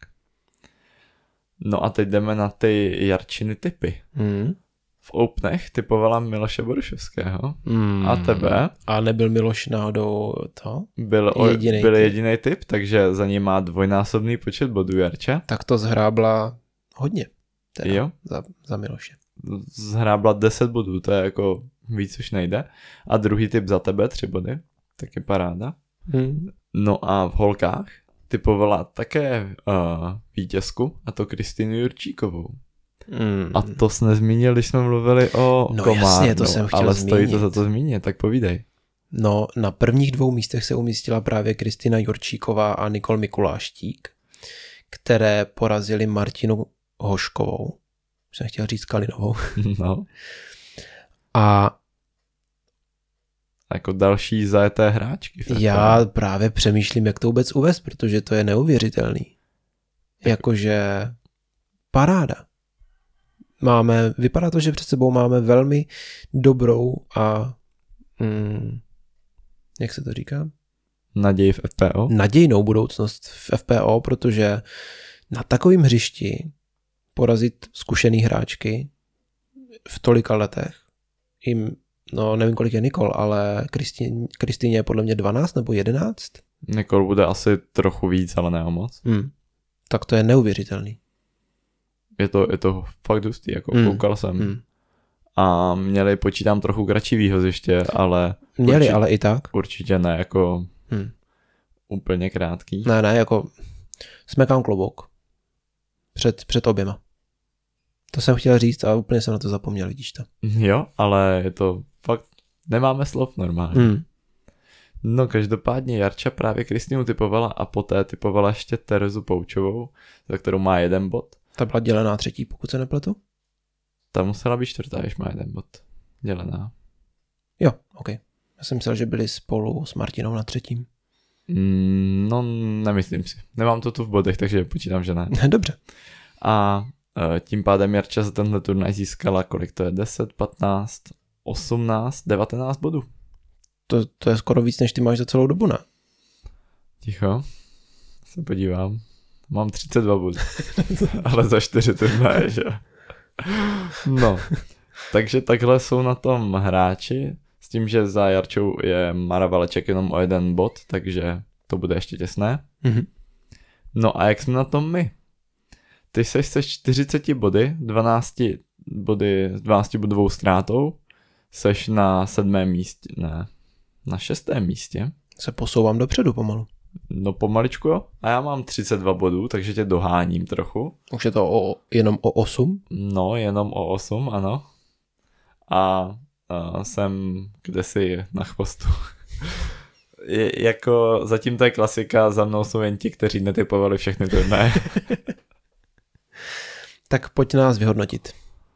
No a teď jdeme na ty Jarčiny typy. Hmm. V Openech typovala Miloše Borušovského. Hmm. A tebe? A nebyl Miloš náhodou to? Byl, jediný byl jediný typ, takže za ní má dvojnásobný počet bodů Jarča. Tak to zhrábla hodně. Teda jo? Za, za Miloše. Zhrábla deset bodů, to je jako víc už nejde. A druhý typ za tebe, tři body, taky paráda. Hmm. No a v holkách typovala také uh, vítězku, a to Kristýnu Jurčíkovou. Hmm. A to jsme zmínili, když jsme mluvili o no, komárnu, jasně, to jsem chtěl ale zmínit. Stojí to za to zmínit, tak povídej. No, na prvních dvou místech se umístila právě Kristýna Jurčíková a Nikol Mikuláštík, které porazili Martinu Hoškovou. Už jsem chtěl říct Kalinovou. No. A jako další zajeté hráčky. Já právě přemýšlím, jak to vůbec uvést, protože to je neuvěřitelný. Jakože paráda. Máme, vypadá to, že před sebou máme velmi dobrou a mm, jak se to říká? Naději v F P O. Nadějnou budoucnost v F P O, protože na takovém hřišti porazit zkušený hráčky v tolika letech. Jim, no nevím, kolik je Nikol, ale Kristýně je podle mě dvanáct nebo jedenáct. Nikol bude asi trochu víc, ale ne o moc. Hmm. Tak to je neuvěřitelný. Je to, je to fakt hustý, jako hmm. koukal jsem. Hmm. A měli, počítám, trochu kratší výhoziště, ale... Měli, určitě, ale i tak. Určitě ne, jako hmm. úplně krátký. Ne, ne, jako smekám klobouk. Před, před oběma. To jsem chtěl říct a úplně jsem na to zapomněl, vidíš to. Jo, ale je to fakt, nemáme slov normálně. Hmm. No každopádně Jarča právě Kristýnu typovala a poté typovala ještě Terezu Poučovou, za kterou má jeden bod. Ta byla dělená třetí, pokud se nepletu? Ta musela být čtvrtá, když má jeden bod. Dělená. Jo, ok. Já jsem myslel, že byli spolu s Martinou na třetím. Mm, no, nemyslím si. Nemám to tu v bodech, takže počítám, že ne. Dobře. A tím pádem Jarča za tenhle turnaj získala, kolik to je, deset, patnáct, osmnáct, devatenáct bodů. To, to je skoro víc, než ty máš za celou dobu, ne? Ticho, se podívám. Mám třicet dva bodů, ale za čtyři turnaje, že? No, takže takhle jsou na tom hráči, s tím, že za Jarčou je Mara Valeček jenom o jeden bod, takže to bude ještě těsné. Mm-hmm. No a jak jsme na tom my? Ty jsi se čtyřiceti body, dvanácti body, dvanáctibodovou ztrátou, seš na sedmém místě, ne, na šestém místě. Se posouvám dopředu pomalu. No pomaličku jo. A já mám třicet dva bodů, takže tě doháním trochu. Už je to o, jenom o osm? No, jenom o osm, ano. A, a jsem kdesi na chvostu. Je, jako zatím to je klasika, za mnou jsou jen ti, kteří netypovali všechny turnaje. Tak pojď nás vyhodnotit.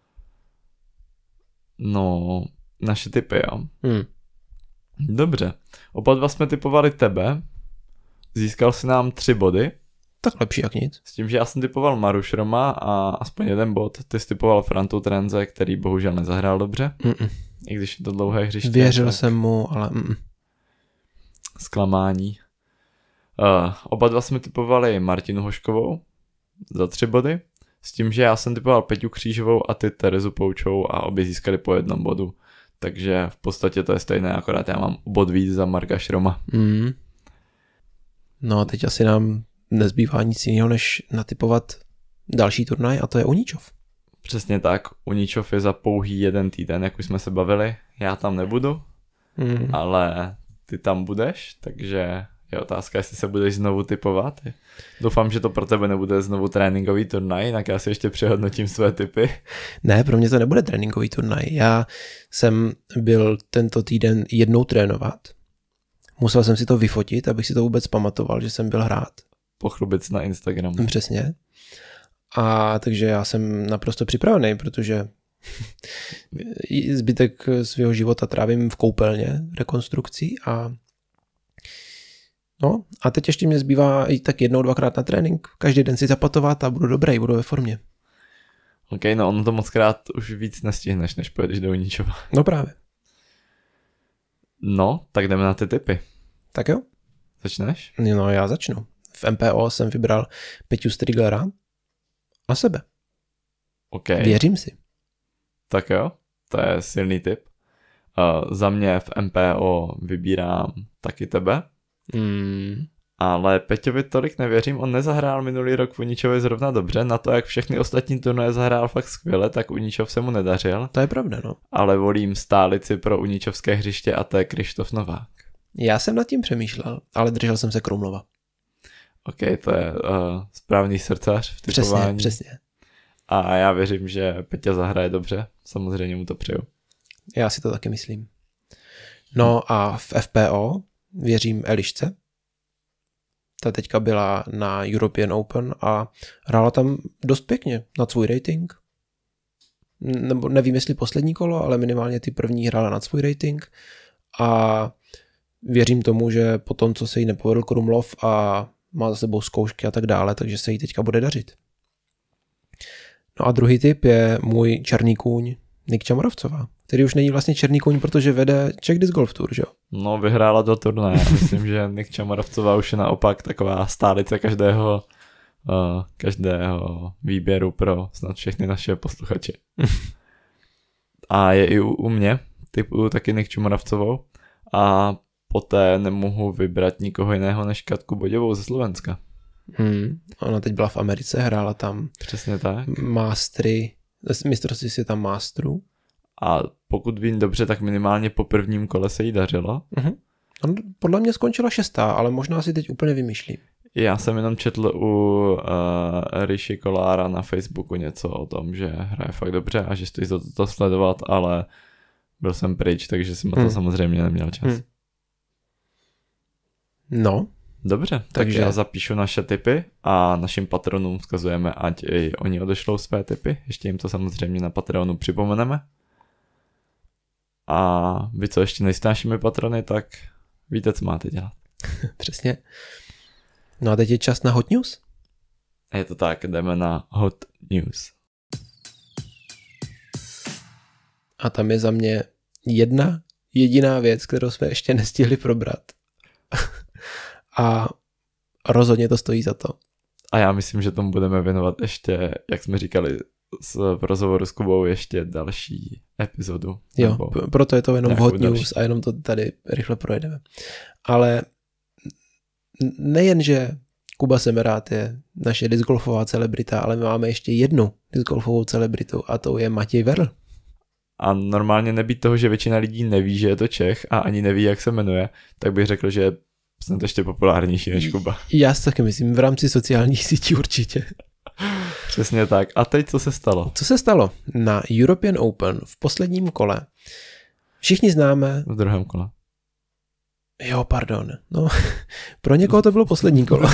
No, naše typy, jo. Hmm. Dobře. Oba dva jsme typovali tebe. Získal si nám tři body. Tak lepší jak nic. S tím, že já jsem typoval Maruš Roma a aspoň jeden bod. Ty jsi typoval Frantu Trenze, který bohužel nezahrál dobře. Mm-mm. I když je to dlouhé hřiště. Věřil tak... jsem mu, ale... Mm-mm. Zklamání. Uh, oba dva jsme typovali Martinu Hoškovou za tři body. S tím, že já jsem typoval Peťu Křížovou a ty Terezu Poučovou a obě získali po jednom bodu. Takže v podstatě to je stejné, akorát já mám bod víc za Marka Šroma. Mm. No a teď asi nám nezbývá nic jiného, než natypovat další turnaj a to je Uničov. Přesně tak, Uničov je za pouhý jeden týden, jak už jsme se bavili. Já tam nebudu, Mm. ale ty tam budeš, takže je otázka, jestli se budeš znovu typovat. Doufám, že to pro tebe nebude znovu tréninkový turnaj, jinak já si ještě přehodnotím své typy. Ne, pro mě to nebude tréninkový turnaj. Já jsem byl tento týden jednou trénovat. Musel jsem si to vyfotit, abych si to vůbec pamatoval, že jsem byl hrát. Pochlubit na Instagramu. Přesně. A takže já jsem naprosto připravený, protože zbytek svého života trávím v koupelně rekonstrukcí a no a teď ještě mě zbývá i tak jednou, dvakrát na trénink. Každý den si zapatovat a budu dobrý, budu ve formě. OK, no ono to moc krát už víc nestihneš, než pojedeš do Uničova. No právě. No, tak jdeme na ty tipy. Tak jo? Začneš? No já začnu. V M P O jsem vybral Peťu Striglera a sebe. OK. Věřím si. Tak jo, to je silný tip. Uh, za mě v M P O vybírám taky tebe. Mm. Ale Peťovi tolik nevěřím, on nezahrál minulý rok v Uničově zrovna dobře, na to, jak všechny ostatní turnaje zahrál fakt skvěle, tak Uničov se mu nedařil. To je pravda, no. Ale volím stálici pro uničovské hřiště a to je Krištof Novák. Já jsem nad tím přemýšlel, ale držel jsem se Krumlova. OK, to je uh, správný srdcař v typování. Přesně, přesně. A já věřím, že Peťa zahraje dobře, samozřejmě mu to přeju. Já si to taky myslím. No a v F P O věřím Elišce. Ta teďka byla na European Open a hrála tam dost pěkně nad svůj rating. Nebo nevím, jestli poslední kolo, ale minimálně ty první hrála nad svůj rating. A věřím tomu, že po tom, co se jí nepovedl Krumlov a má za sebou zkoušky a tak dále, takže se jí teďka bude dařit. No a druhý tip je můj černý kůň Nik Čamoravcová, který už není vlastně černý kůň, protože vede Czech Disc Golf Tour, že jo? No, vyhrála do turnaje. Myslím, že Nik Čamoravcová už je naopak taková stálice každého, uh, každého výběru pro snad všechny naše posluchače. A je i u, u mě, typu taky Nik Čamoravcovou. A poté nemohu vybrat nikoho jiného než Katku Boďovou ze Slovenska. Hmm. Ona teď byla v Americe, hrála tam Přesně tak. Mastery, mistrovství světa Masterů. A pokud vím dobře, tak minimálně po prvním kole se jí dařilo. Uh-huh. On podle mě skončila šestá, ale možná si teď úplně vymýšlím. Já jsem jenom četl u uh, Rishi Kolára na Facebooku něco o tom, že hraje fakt dobře a že stojí za to, to sledovat, ale byl jsem pryč, takže jsem na to hmm. samozřejmě neměl čas. Hmm. No. Dobře, takže já zapíšu naše tipy a našim patronům vzkazujeme, ať i oni odešlou své tipy. Ještě jim to samozřejmě na Patreonu připomeneme. A vy, co ještě nejste našimi patrony, tak víte, co máte dělat. Přesně. No a teď je čas na Hot News. Je to tak, jdeme na Hot News. A tam je za mě jedna jediná věc, kterou jsme ještě nestihli probrat. A rozhodně to stojí za to. A já myslím, že tomu budeme věnovat ještě, jak jsme říkali v rozhovoru s Kubou, ještě další epizodu. Jo, p- proto je to jenom Hot News další. A jenom to tady rychle projedeme. Ale nejen, že Kuba Semerát je naše discgolfová celebrita, ale my máme ještě jednu discgolfovou celebritu a to je Matěj Verl. A normálně nebýt toho, že většina lidí neví, že je to Čech a ani neví, jak se jmenuje, tak bych řekl, že snad ještě populárnější než Kuba. Já si taky myslím, v rámci sociálních sítí určitě. Přesně tak. A teď co se stalo? Co se stalo? Na European Open v posledním kole. Všichni známe... V druhém kole. Jo, pardon. No, pro někoho to bylo poslední kolo.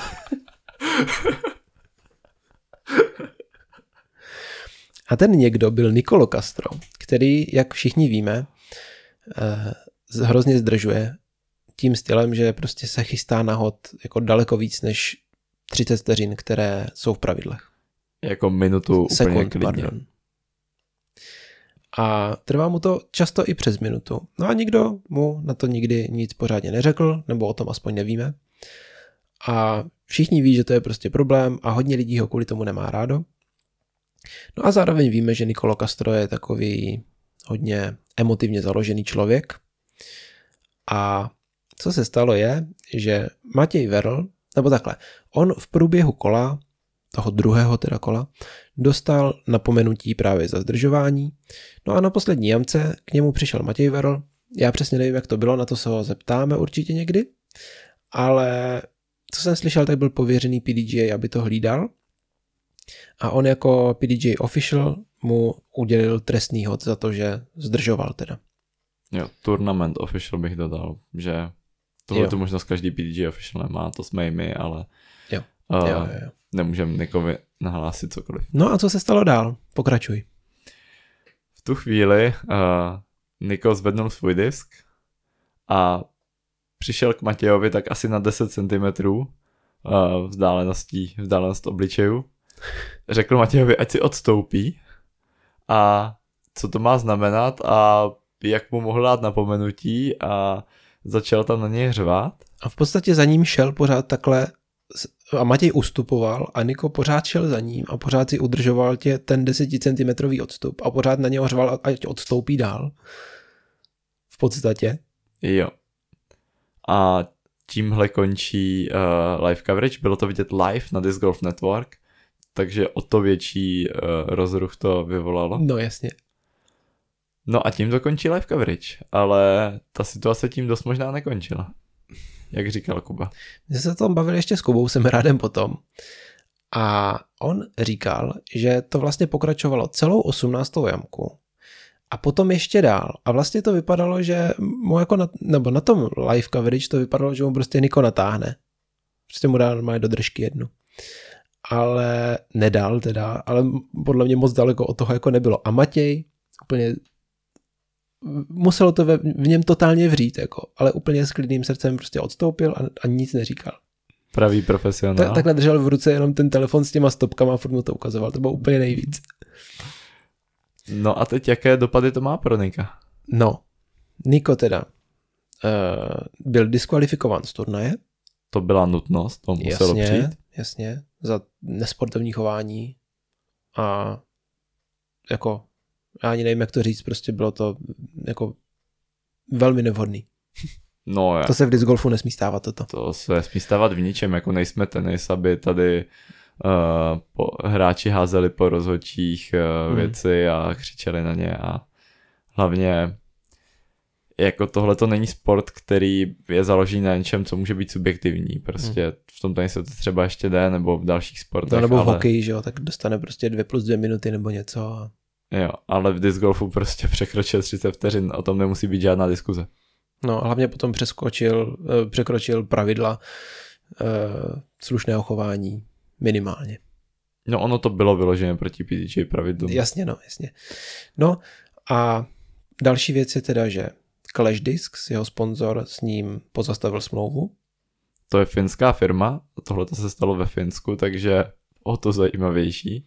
A ten někdo byl Nicolo Castro, který, jak všichni víme, hrozně zdržuje tím stylem, že prostě se chystá na hod jako daleko víc než třicet vteřin, které jsou v pravidlech. Jako minutu úplně Sekund, klidně. Pardon. A trvá mu to často i přes minutu. No a nikdo mu na to nikdy nic pořádně neřekl, nebo o tom aspoň nevíme. A všichni ví, že to je prostě problém a hodně lidí ho kvůli tomu nemá rádo. No a zároveň víme, že Nicolo Castro je takový hodně emotivně založený člověk. A co se stalo je, že Matěj Verl, nebo takhle, on v průběhu kola, toho druhého teda kola, dostal napomenutí právě za zdržování. No a na poslední jamce k němu přišel Matěj Verl. Já přesně nevím, jak to bylo, na to se ho zeptáme určitě někdy, ale co jsem slyšel, tak byl pověřený P D G A, aby to hlídal. A on jako P D G A official mu udělil trestný hod za to, že zdržoval teda. Jo, tournament official bych dodal, že tohle tu možnost každý P D G A official nemá, to jsme i my, ale jo. Uh, jo, jo, jo. nemůžeme někomu nahlásit cokoliv. No a co se stalo dál? Pokračuj. V tu chvíli uh, Niko zvednul svůj disk a přišel k Matějovi tak asi na deset centimetrů uh, vzdáleností, vzdálenost obličejů. Řekl Matějovi, ať si odstoupí a co to má znamenat a jak mu mohl dát napomenutí a začal tam na něj řvát. A v podstatě za ním šel pořád takhle a Matěj ustupoval a Niko pořád šel za ním a pořád si udržoval tě ten deseticentimetrový odstup a pořád na něho řval, ať odstoupí dál. V podstatě. Jo. A tímhle končí uh, live coverage. Bylo to vidět live na Disc Golf Network, takže o to větší uh, rozruch to vyvolalo. No jasně. No a tím to končí live coverage, ale ta situace tím dost možná nekončila. Jak říkal Kuba. My jsme se o tom bavili ještě s Kubou Semerádem potom. A on říkal, že to vlastně pokračovalo celou osmnáctou jamku a potom ještě dál. A vlastně to vypadalo, že mu jako na, nebo na tom live coverage to vypadalo, že mu prostě Niko natáhne. Prostě mu dá normálně do držky jednu. Ale nedal teda, ale podle mě moc daleko od toho jako nebylo. A Matěj úplně muselo to ve, v něm totálně vřít, jako, ale úplně s klidným srdcem prostě odstoupil a, a nic neříkal. Pravý profesionál. Ta, takhle držel v ruce jenom ten telefon s těma stopkama a furt mu to ukazoval. To bylo úplně nejvíc. No a teď jaké dopady to má pro Nika? No, Niko teda uh, byl diskvalifikován z turnaje. To byla nutnost, to muselo jasně, přijít. Jasně, za nesportovní chování a jako já ani nevím, jak to říct, prostě bylo to jako velmi nevhodný. No, je. To se v disc golfu nesmí stávat toto. To se nesmí stávat v ničem, jako nejsme tenis, aby tady uh, po, hráči házeli po rozhodčích uh, hmm. věci a křičeli na ně a hlavně jako tohle to není sport, který je založený na něčem, co může být subjektivní. Prostě hmm. v tom tenise to třeba ještě jde, nebo v dalších sportech. No, nebo v ale... hokeji, že jo, tak dostane prostě dvě plus dvě minuty nebo něco. A... Jo, ale v disc golfu prostě překročil třicet vteřin, o tom nemusí být žádná diskuze. No a hlavně potom přeskočil, překročil pravidla uh, slušného chování minimálně. No ono to bylo vyložené proti P D G A pravidlům. Jasně, no, jasně. No a další věc je teda, že Clash Discs, jeho sponzor, s ním pozastavil smlouvu. To je finská firma, tohle to se stalo ve Finsku, takže o to zajímavější.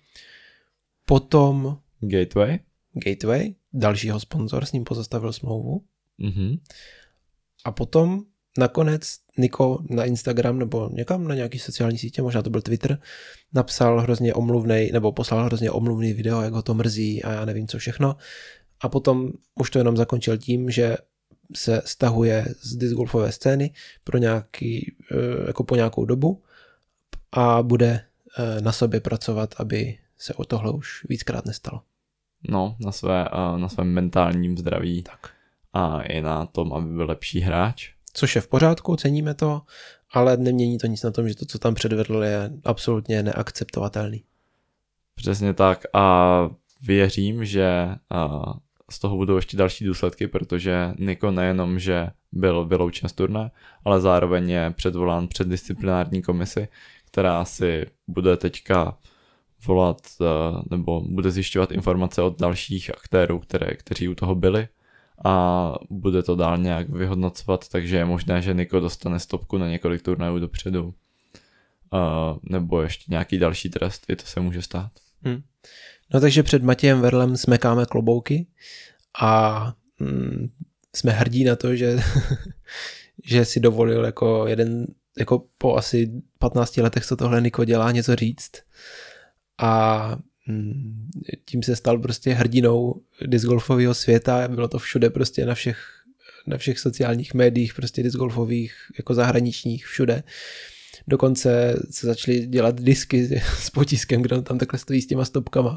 Potom Gateway. Gateway, dalšího sponzor, s ním pozastavil smlouvu. Mhm. A potom nakonec Niko na Instagram nebo někam na nějaký sociální sítě, možná to byl Twitter, napsal hrozně omluvnej, nebo poslal hrozně omluvný video, jak ho to mrzí a já nevím co všechno. A potom už to jenom zakončil tím, že se stahuje z disc golfové scény pro nějaký, jako po nějakou dobu a bude na sobě pracovat, aby se o tohle už víckrát nestalo. No, na, své, na svém mentálním zdraví. Tak. A i na tom, aby byl lepší hráč. což je v pořádku, ceníme to, ale nemění to nic na tom, že to, co tam předvedl, je absolutně neakceptovatelný. Přesně tak a věřím, že a, z toho budou ještě další důsledky, protože Nico nejenom, že byl vyloučen z turné, ale zároveň je předvolán před disciplinární komisi, která si bude teďka volat nebo bude zjišťovat informace od dalších aktérů, které, kteří u toho byli a bude to dál nějak vyhodnocovat, takže je možné, že Nico dostane stopku na několik turnajů dopředu uh, nebo ještě nějaký další trest, i to se může stát. Hmm. No takže před Matějem Verlem smekáme klobouky a mm, jsme hrdí na to, že, že si dovolil jako jeden, jako po asi patnácti letech, co tohle Nico dělá, něco říct a mm, tím se stal prostě hrdinou discgolfového světa, bylo to všude prostě na všech, na všech sociálních médiích, prostě discgolfových, jako zahraničních, všude. Dokonce se začaly dělat disky s potiskem, kde on tam takhle stojí s těma stopkama.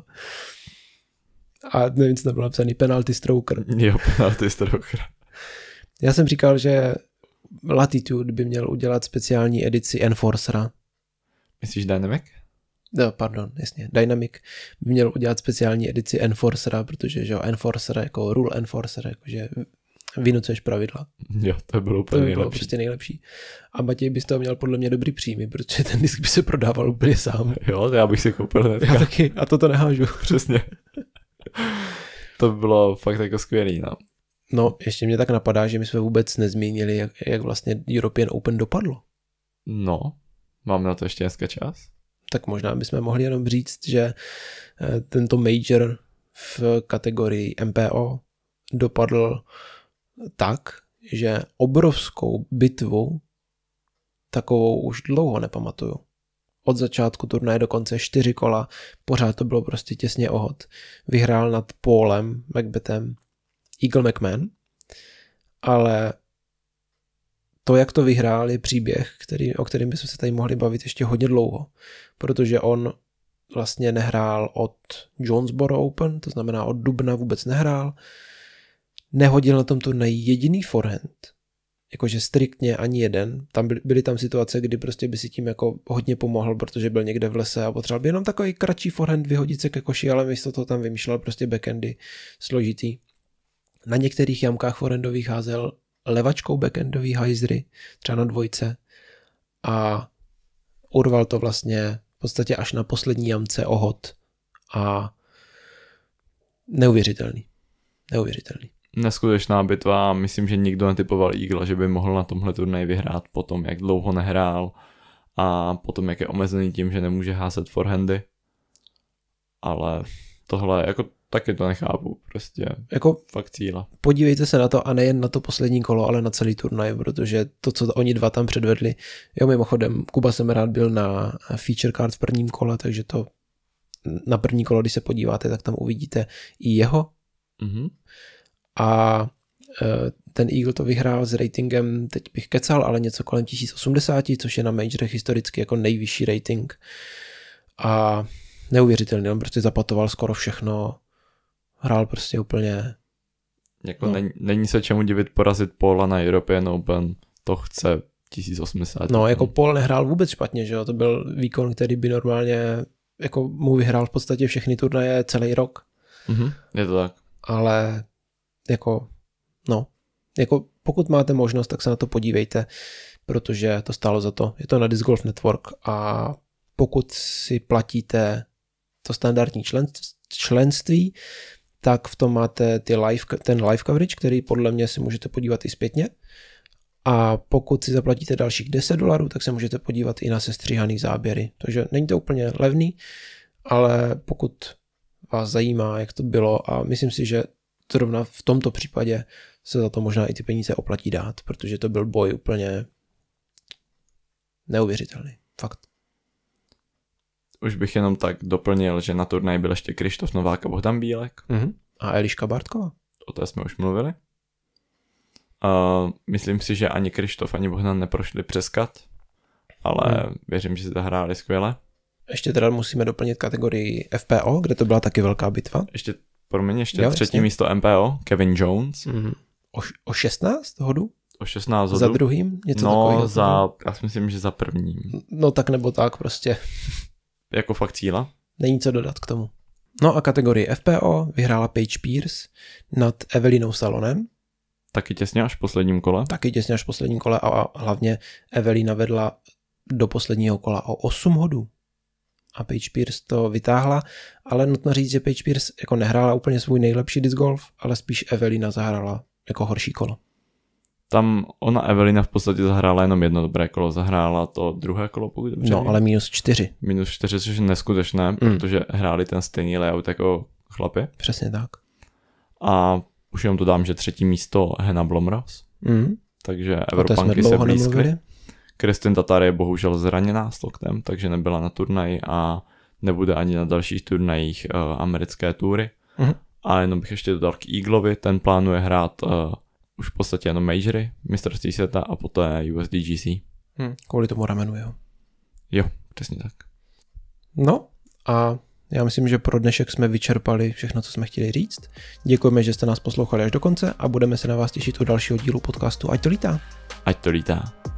A nevím, co tam bylo napsaný, penalty stroker. Jo, penalty stroker. Já jsem říkal, že Latitude by měl udělat speciální edici Enforcera. Myslíš Dynamic? No, pardon, jasně. Dynamic by měl udělat speciální edici Enforcera, protože že jo, Enforcer jako rule enforcer, jakože vynucuješ pravidla. Jo, to bylo úplně to by bylo nejlepší. prostě nejlepší. A Matěj by z toho měl podle mě dobrý příjmy, protože ten disk by se prodával úplně sám. Jo, to já bych si koupil hnedka. Já taky, a to to nehážu. Přesně. To by bylo fakt jako skvělý, no. No, ještě mě tak napadá, že my jsme vůbec nezmínili, jak, jak vlastně European Open dopadlo. No, mám na to ještě dneska čas. Tak možná bychom mohli jenom říct, že tento major v kategorii M P O dopadl tak, že obrovskou bitvu takovou už dlouho nepamatuju. Od začátku turnaje do konce čtyři kola, pořád to bylo prostě těsně o hod. Vyhrál nad Paulem Macbethem Eagle McMahon, ale to, jak to vyhrál, je příběh, který, o kterém bychom se tady mohli bavit ještě hodně dlouho, protože on vlastně nehrál od Jonesboro Open, to znamená od dubna vůbec nehrál, nehodil na tom turnaji jediný forehand, jakože striktně ani jeden. Tam byly, byly tam situace, kdy prostě by si tím jako hodně pomohl, protože byl někde v lese a potřeboval by jenom takový kratší forehand vyhodit se ke koši, ale místo toho tam vymýšlel prostě backhandy složitý. Na některých jamkách forehandových házel levačkou backhandový hajzry, třeba na dvojce a urval to vlastně v podstatě až na poslední jamce o hod a neuvěřitelný. Neuvěřitelný. Neskutečná bitva, myslím, že nikdo netypoval Eagle, že by mohl na tomhle turnaji vyhrát po tom, jak dlouho nehrál a potom, jak je omezený tím, že nemůže házet forehandy. Ale tohle, jako taky to nechápu, prostě jako fakt cíla. Podívejte se na to a nejen na to poslední kolo, ale na celý turnaj, protože to, co oni dva tam předvedli, jo, mimochodem, Kuba Semerad byl na feature card v prvním kole, takže to na první kolo, když se podíváte, tak tam uvidíte i jeho. Mhm. A ten Eagle to vyhrál s ratingem, teď bych kecal, ale něco kolem tisíc osmdesát, což je na majorech historicky jako nejvyšší rating. A neuvěřitelný, on prostě zapatoval skoro všechno, hrál prostě úplně... Jako no. není, není se čemu divit porazit Paula na European Open, to chce tisíc osmdesát. No, jako Paul nehrál vůbec špatně, že jo, to byl výkon, který by normálně, jako mu vyhrál v podstatě všechny turnaje celý rok. Mhm, je to tak. Ale jako, no, jako pokud máte možnost, tak se na to podívejte, protože to stálo za to. Je to na Disc Golf Network a pokud si platíte to standardní členství, tak v tom máte ty live, ten live coverage, který podle mě si můžete podívat i zpětně. A pokud si zaplatíte dalších deset dolarů, tak se můžete podívat i na sestříhaný záběry. Takže není to úplně levný, ale pokud vás zajímá, jak to bylo, a myslím si, že zrovna v tomto případě se za to možná i ty peníze oplatí dát, protože to byl boj úplně neuvěřitelný. Fakt. Už bych jenom tak doplnil, že na turnaji byl ještě Krištof Novák a Bohdan Bílek. Uh-huh. A Eliška Bartková. O té jsme už mluvili. Uh, myslím si, že ani Krištof, ani Bohdan neprošli přes kat, ale hmm. věřím, že si zahráli skvěle. Ještě teda musíme doplnit kategorii F P O, kde to byla taky velká bitva. Ještě, promiň, ještě jo, třetí jasně. místo M P O, Kevin Jones. Mm. O, o šestnáct hodů? O šestnáct hodů. Za druhým? Něco no, takového? za, já si myslím, že za prvním. No tak nebo tak prostě. Jako fakt cíla? Není co dodat k tomu. No a kategorii F P O vyhrála Paige Pierce nad Evelinou Salonem. Taky těsně až v posledním kole. Taky těsně až v posledním kole a hlavně Evelina vedla do posledního kola o osm hodů. A Paige Pierce to vytáhla, ale nutno říct, že Paige Pierce jako nehrála úplně svůj nejlepší disc golf, ale spíš Evelina zahrála jako horší kolo. Tam ona Evelina v podstatě zahrála jenom jedno dobré kolo, zahrála to druhé kolo, pokud dobře No, vím. ale minus čtyři. Minus čtyři, což je neskutečné, mm. protože hráli ten stejný layout jako chlapi. Přesně tak. A už jenom dodám, že třetí místo Hena Blomroos. Mm. Takže Evropanky se blízkly. Kristin Tatar je bohužel zraněná s loktem, takže nebyla na turnaji a nebude ani na dalších turnajích uh, americké tury. Mm. A jenom bych ještě dodal k Eaglovi, ten plánuje hrát uh, už v podstatě jenom majory, mistrovství světa a poté U S D G C. Hmm, kvůli tomu ramenu, jo. Jo, přesně tak. No a já myslím, že pro dnešek jsme vyčerpali všechno, co jsme chtěli říct. Děkujeme, že jste nás poslouchali až do konce a budeme se na vás těšit u dalšího dílu podcastu Ať to lítá. Ať to lítá.